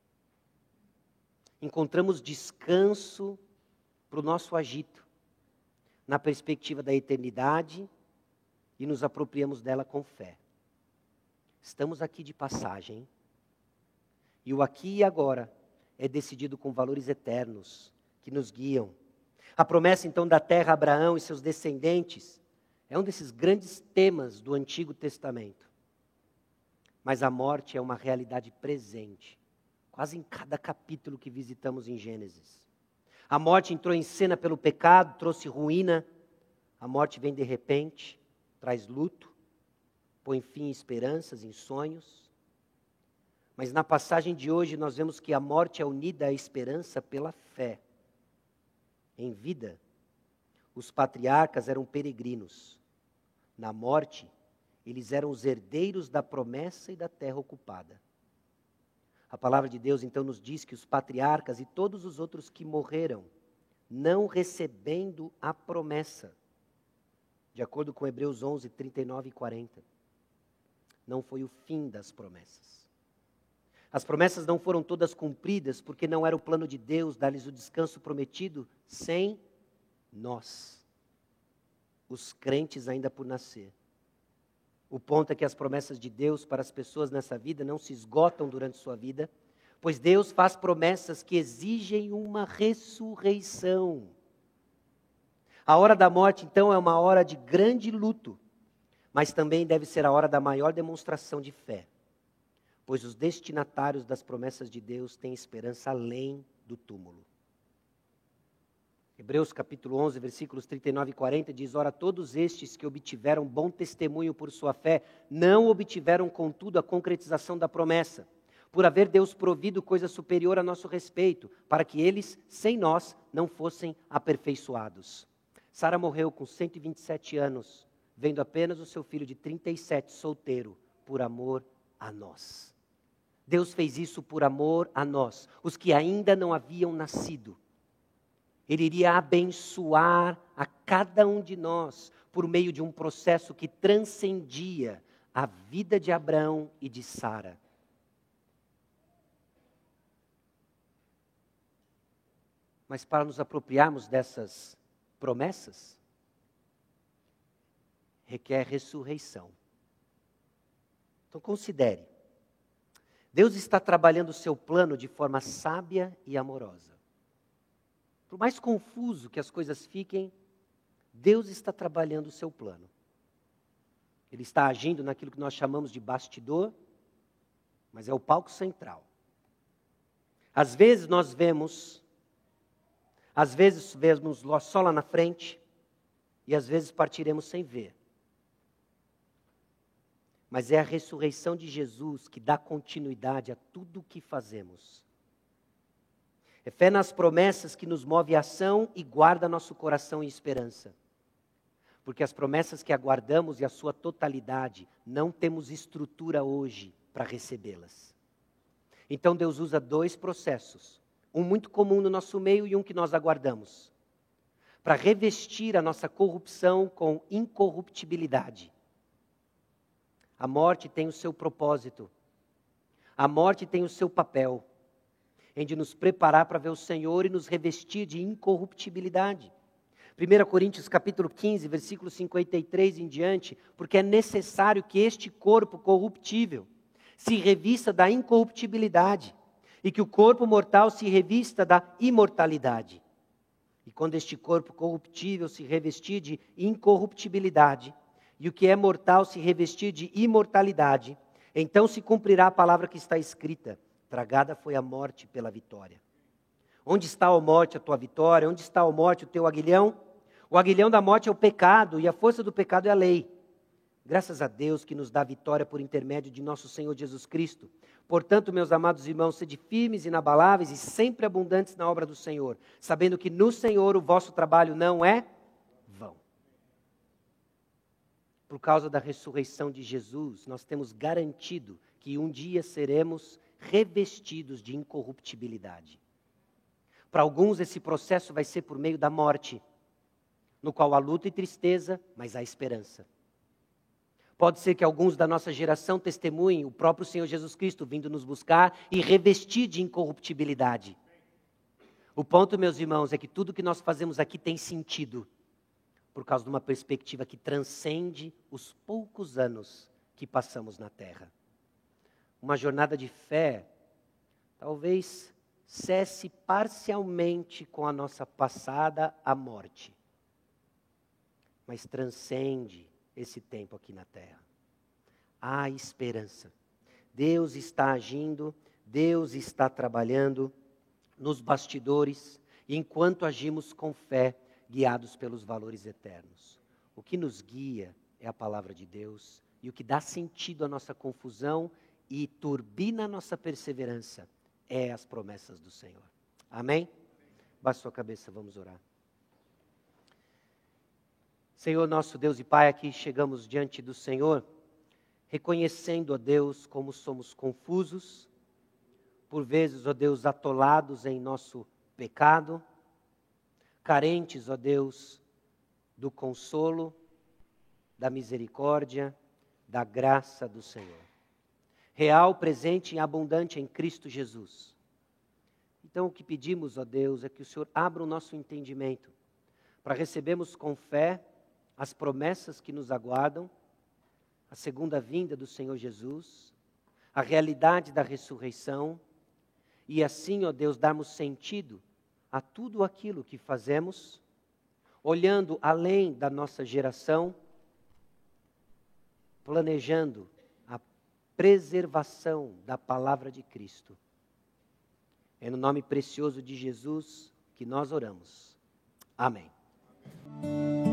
Encontramos descanso para o nosso agito, na perspectiva da eternidade, e nos apropriamos dela com fé. Estamos aqui de passagem, e o aqui e agora é decidido com valores eternos que nos guiam. A promessa então da terra a Abraão e seus descendentes É um desses grandes temas do Antigo Testamento. Mas a morte é uma realidade presente, quase em cada capítulo que visitamos em Gênesis. A morte entrou em cena pelo pecado, trouxe ruína. A morte vem de repente, traz luto, põe fim em esperanças, em sonhos. Mas na passagem de hoje nós vemos que a morte é unida à esperança pela fé. Em vida, os patriarcas eram peregrinos. Na morte, eles eram os herdeiros da promessa e da terra ocupada. A palavra de Deus então nos diz que os patriarcas e todos os outros que morreram, não recebendo a promessa, de acordo com Hebreus onze, trinta e nove e quarenta, não foi o fim das promessas. As promessas não foram todas cumpridas porque não era o plano de Deus dar-lhes o descanso prometido sem nós, os crentes ainda por nascer. O ponto é que as promessas de Deus para as pessoas nessa vida não se esgotam durante sua vida, pois Deus faz promessas que exigem uma ressurreição. A hora da morte, então, é uma hora de grande luto, mas também deve ser a hora da maior demonstração de fé, pois os destinatários das promessas de Deus têm esperança além do túmulo. Hebreus capítulo onze, versículos trinta e nove e quarenta diz: Ora, todos estes que obtiveram bom testemunho por sua fé, não obtiveram, contudo, a concretização da promessa, por haver Deus provido coisa superior a nosso respeito, para que eles, sem nós, não fossem aperfeiçoados. Sara morreu com cento e vinte e sete anos, vendo apenas o seu filho de trinta e sete solteiro, por amor a nós. Deus fez isso por amor a nós, os que ainda não haviam nascido. Ele iria abençoar a cada um de nós por meio de um processo que transcendia a vida de Abraão e de Sara. Mas para nos apropriarmos dessas promessas, requer ressurreição. Então considere, Deus está trabalhando o seu plano de forma sábia e amorosa. Por mais confuso que as coisas fiquem, Deus está trabalhando o seu plano. Ele está agindo naquilo que nós chamamos de bastidor, mas é o palco central. Às vezes nós vemos, às vezes vemos só lá na frente, e às vezes partiremos sem ver. Mas é a ressurreição de Jesus que dá continuidade a tudo o que fazemos. É fé nas promessas que nos move a ação e guarda nosso coração em esperança. Porque as promessas que aguardamos e a sua totalidade, não temos estrutura hoje para recebê-las. Então Deus usa dois processos, um muito comum no nosso meio e um que nós aguardamos, para revestir a nossa corrupção com incorruptibilidade. A morte tem o seu propósito, a morte tem o seu papel, em de nos preparar para ver o Senhor e nos revestir de incorruptibilidade. primeira Coríntios capítulo quinze, versículo cinquenta e três em diante, porque é necessário que este corpo corruptível se revista da incorruptibilidade e que o corpo mortal se revista da imortalidade. E quando este corpo corruptível se revestir de incorruptibilidade e o que é mortal se revestir de imortalidade, então se cumprirá a palavra que está escrita: tragada foi a morte pela vitória. Onde está, ó morte, a tua vitória? Onde está, ó morte, o teu aguilhão? O aguilhão da morte é o pecado, e a força do pecado é a lei. Graças a Deus que nos dá vitória por intermédio de nosso Senhor Jesus Cristo. Portanto, meus amados irmãos, sede firmes, inabaláveis e sempre abundantes na obra do Senhor, sabendo que no Senhor o vosso trabalho não é vão. Por causa da ressurreição de Jesus, nós temos garantido que um dia seremos revestidos de incorruptibilidade. Para alguns esse processo vai ser por meio da morte, no qual há luta e tristeza, mas há esperança. Pode ser que alguns da nossa geração testemunhem o próprio Senhor Jesus Cristo vindo nos buscar e revestir de incorruptibilidade. O ponto, meus irmãos, é que tudo que nós fazemos aqui tem sentido, por causa de uma perspectiva que transcende os poucos anos que passamos na terra. Uma jornada de fé, talvez cesse parcialmente com a nossa passada à morte. mas transcende esse tempo aqui na terra. Há esperança. Deus está agindo, Deus está trabalhando nos bastidores, enquanto agimos com fé, guiados pelos valores eternos. O que nos guia é a palavra de Deus, e o que dá sentido à nossa confusão e turbina a nossa perseverança é as promessas do Senhor. Amém? Baixe sua cabeça, vamos orar. Senhor, nosso Deus e Pai, aqui chegamos diante do Senhor, reconhecendo, ó Deus, como somos confusos, por vezes, ó Deus, atolados em nosso pecado, carentes, ó Deus, do consolo, da misericórdia, da graça do Senhor. Real, presente e abundante em Cristo Jesus. Então o que pedimos, ó Deus, é que o Senhor abra o nosso entendimento, para recebermos com fé as promessas que nos aguardam, a segunda vinda do Senhor Jesus, a realidade da ressurreição, e assim, ó Deus, darmos sentido a tudo aquilo que fazemos, olhando além da nossa geração, planejando a preservação da palavra de Cristo. É no nome precioso de Jesus que nós oramos. Amém.